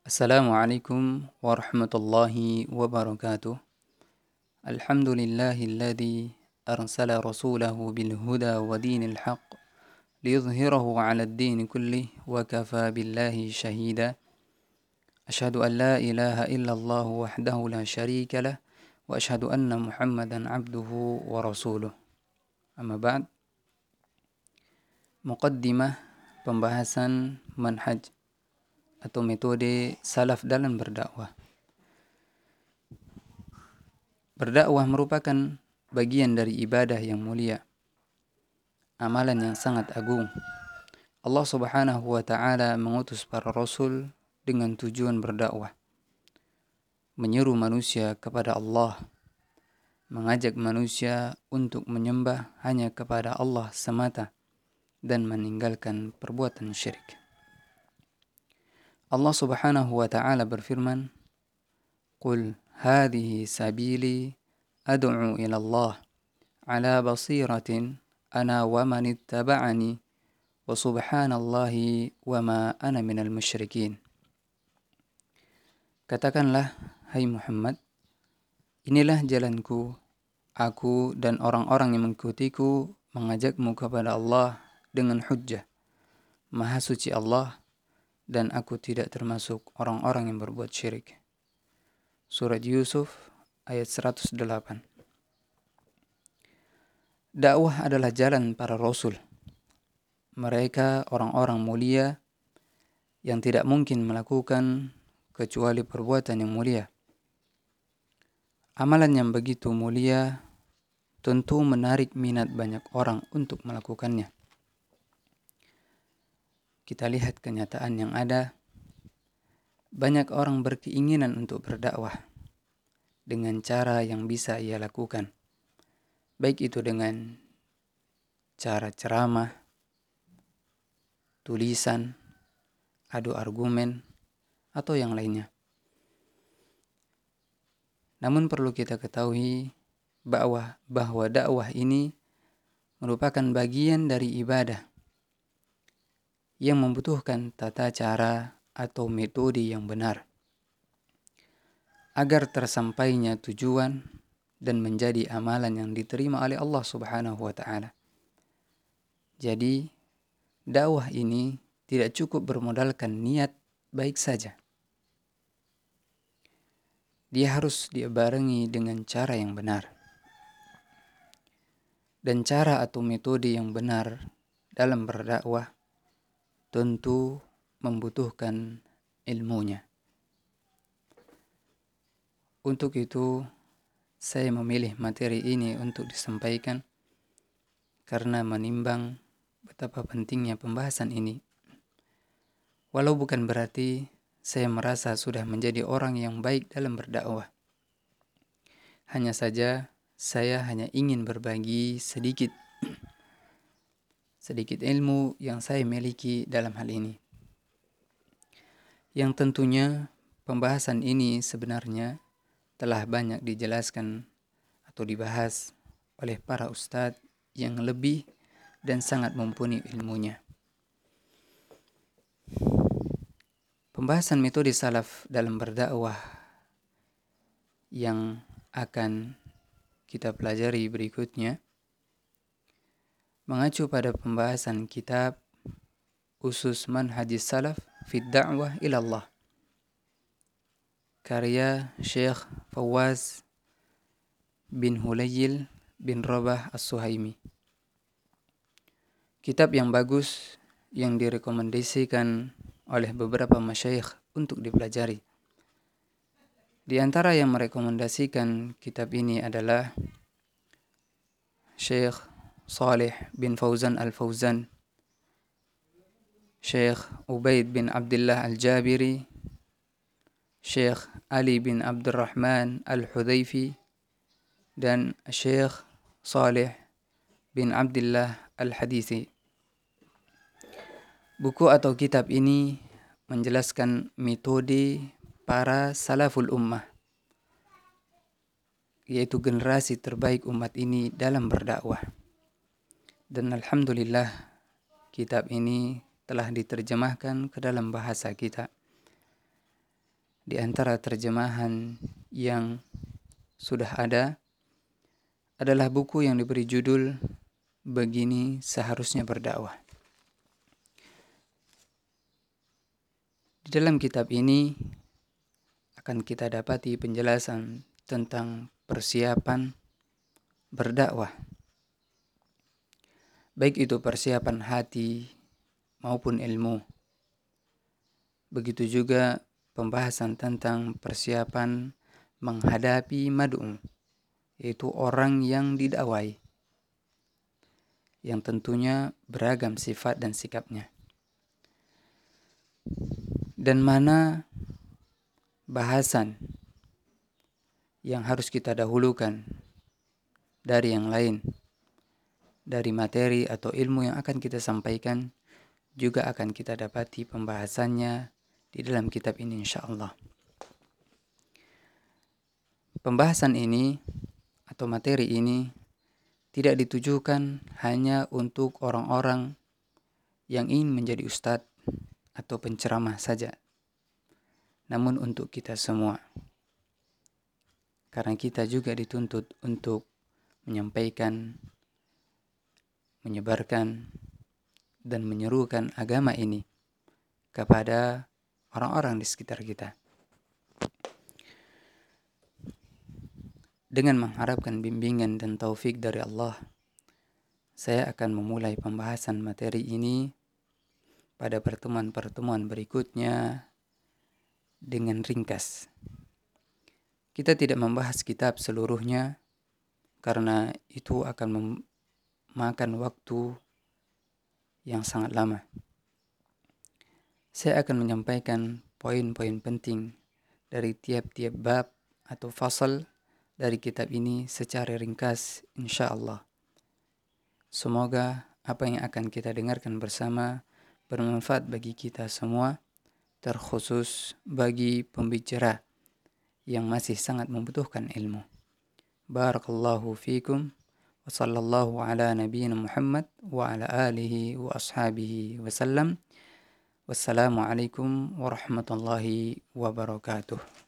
Assalamualaikum warahmatullahi wabarakatuh. Alhamdulillahilladzi arsala rasulahu bil huda wa dinil haqq liyudhhirahu 'ala ad-din kullih wa kafa billahi shahida. Asyhadu an la ilaha illallah wahdahu la syarika lah wa asyhadu anna Muhammadan 'abduhu wa rasuluh. Amma ba'd. Muqaddimah pembahasan manhaj atau metode salaf dalam berdakwah. Berdakwah merupakan bagian dari ibadah yang mulia, amalan yang sangat agung. Allah Subhanahu wa Ta'ala mengutus para rasul dengan tujuan berdakwah, menyeru manusia kepada Allah, mengajak manusia untuk menyembah hanya kepada Allah semata dan meninggalkan perbuatan syirik. Allah Subhanahu wa Ta'ala berfirman, "Qul hadhihi sabili ad'u ila Allah ala basiratin ana wa man ittaba'ani wa subhanallahi wa ma ana minal musyrikin." Katakanlah, hai Muhammad, inilah jalanku, aku dan orang-orang yang mengikutiku mengajakmu kepada Allah dengan hujjah. Maha suci Allah, dan aku tidak termasuk orang-orang yang berbuat syirik. Surat Yusuf ayat 108. Dakwah adalah jalan para rasul. Mereka orang-orang mulia yang tidak mungkin melakukan kecuali perbuatan yang mulia. Amalan yang begitu mulia tentu menarik minat banyak orang untuk melakukannya. Kita lihat kenyataan yang ada, banyak orang berkeinginan untuk berdakwah dengan cara yang bisa ia lakukan, baik itu dengan cara ceramah, tulisan, adu argumen, atau yang lainnya. Namun perlu kita ketahui bahwa dakwah ini merupakan bagian dari ibadah yang membutuhkan tata cara atau metode yang benar agar tersampainya tujuan dan menjadi amalan yang diterima oleh Allah Subhanahu wa Ta'ala. Jadi, dakwah ini tidak cukup bermodalkan niat baik saja. Dia harus dibarengi dengan cara yang benar. Dan cara atau metode yang benar dalam berdakwah tentu membutuhkan ilmunya. Untuk itu, saya memilih materi ini untuk disampaikan karena menimbang betapa pentingnya pembahasan ini. Walau bukan berarti saya merasa sudah menjadi orang yang baik dalam berdakwah. Hanya saja saya hanya ingin berbagi sedikit ilmu yang saya miliki dalam hal ini. Yang tentunya pembahasan ini sebenarnya telah banyak dijelaskan atau dibahas oleh para ustadz yang lebih dan sangat mumpuni ilmunya. Pembahasan metode salaf dalam berdakwah yang akan kita pelajari berikutnya mengacu pada pembahasan kitab Usus Manhajis Salaf fi Da'wah ila Allah, karya Syekh Fawaz bin Hulayil bin Rabah As-Suhaimi. Kitab yang bagus yang direkomendasikan oleh beberapa masyayikh untuk dipelajari. Di antara yang merekomendasikan kitab ini adalah Syekh Saleh bin Fauzan Al-Fauzan, Syekh Ubaid bin Abdullah Al-Jabiri, Syekh Ali bin Abdurrahman Al-Hudhaifi, dan Syekh Saleh bin Abdullah Al-Hadithi. Buku atau kitab ini menjelaskan metode para salaful ummah, yaitu generasi terbaik umat ini dalam berdakwah. Dan alhamdulillah kitab ini telah diterjemahkan ke dalam bahasa kita. Di antara terjemahan yang sudah ada adalah buku yang diberi judul Begini Seharusnya Berdakwah. Di dalam kitab ini akan kita dapati penjelasan tentang persiapan berdakwah. Baik itu persiapan hati maupun ilmu. Begitu juga pembahasan tentang persiapan menghadapi mad'u, yaitu orang yang didakwai, yang tentunya beragam sifat dan sikapnya. Dan mana bahasan yang harus kita dahulukan dari yang lain, dari materi atau ilmu yang akan kita sampaikan, juga akan kita dapati pembahasannya di dalam kitab ini insyaallah. Pembahasan ini atau materi ini tidak ditujukan hanya untuk orang-orang yang ingin menjadi ustadz atau penceramah saja, namun untuk kita semua. Karena kita juga dituntut untuk menyampaikan, menyebarkan, dan menyerukan agama ini kepada orang-orang di sekitar kita. Dengan mengharapkan bimbingan dan taufik dari Allah, saya akan memulai pembahasan materi ini pada pertemuan-pertemuan berikutnya dengan ringkas. Kita tidak membahas kitab seluruhnya karena itu akan memakan waktu yang sangat lama. Saya akan menyampaikan poin-poin penting dari tiap-tiap bab atau fasal dari kitab ini secara ringkas insyaallah. Semoga apa yang akan kita dengarkan bersama bermanfaat bagi kita semua, terkhusus bagi pembicara yang masih sangat membutuhkan ilmu. Barakallahu fikum wa sallallahu ala nabiyyina Muhammad wa ala alihi wa ashabihi wa sallam. Wassalamualaikum warahmatullahi wabarakatuh.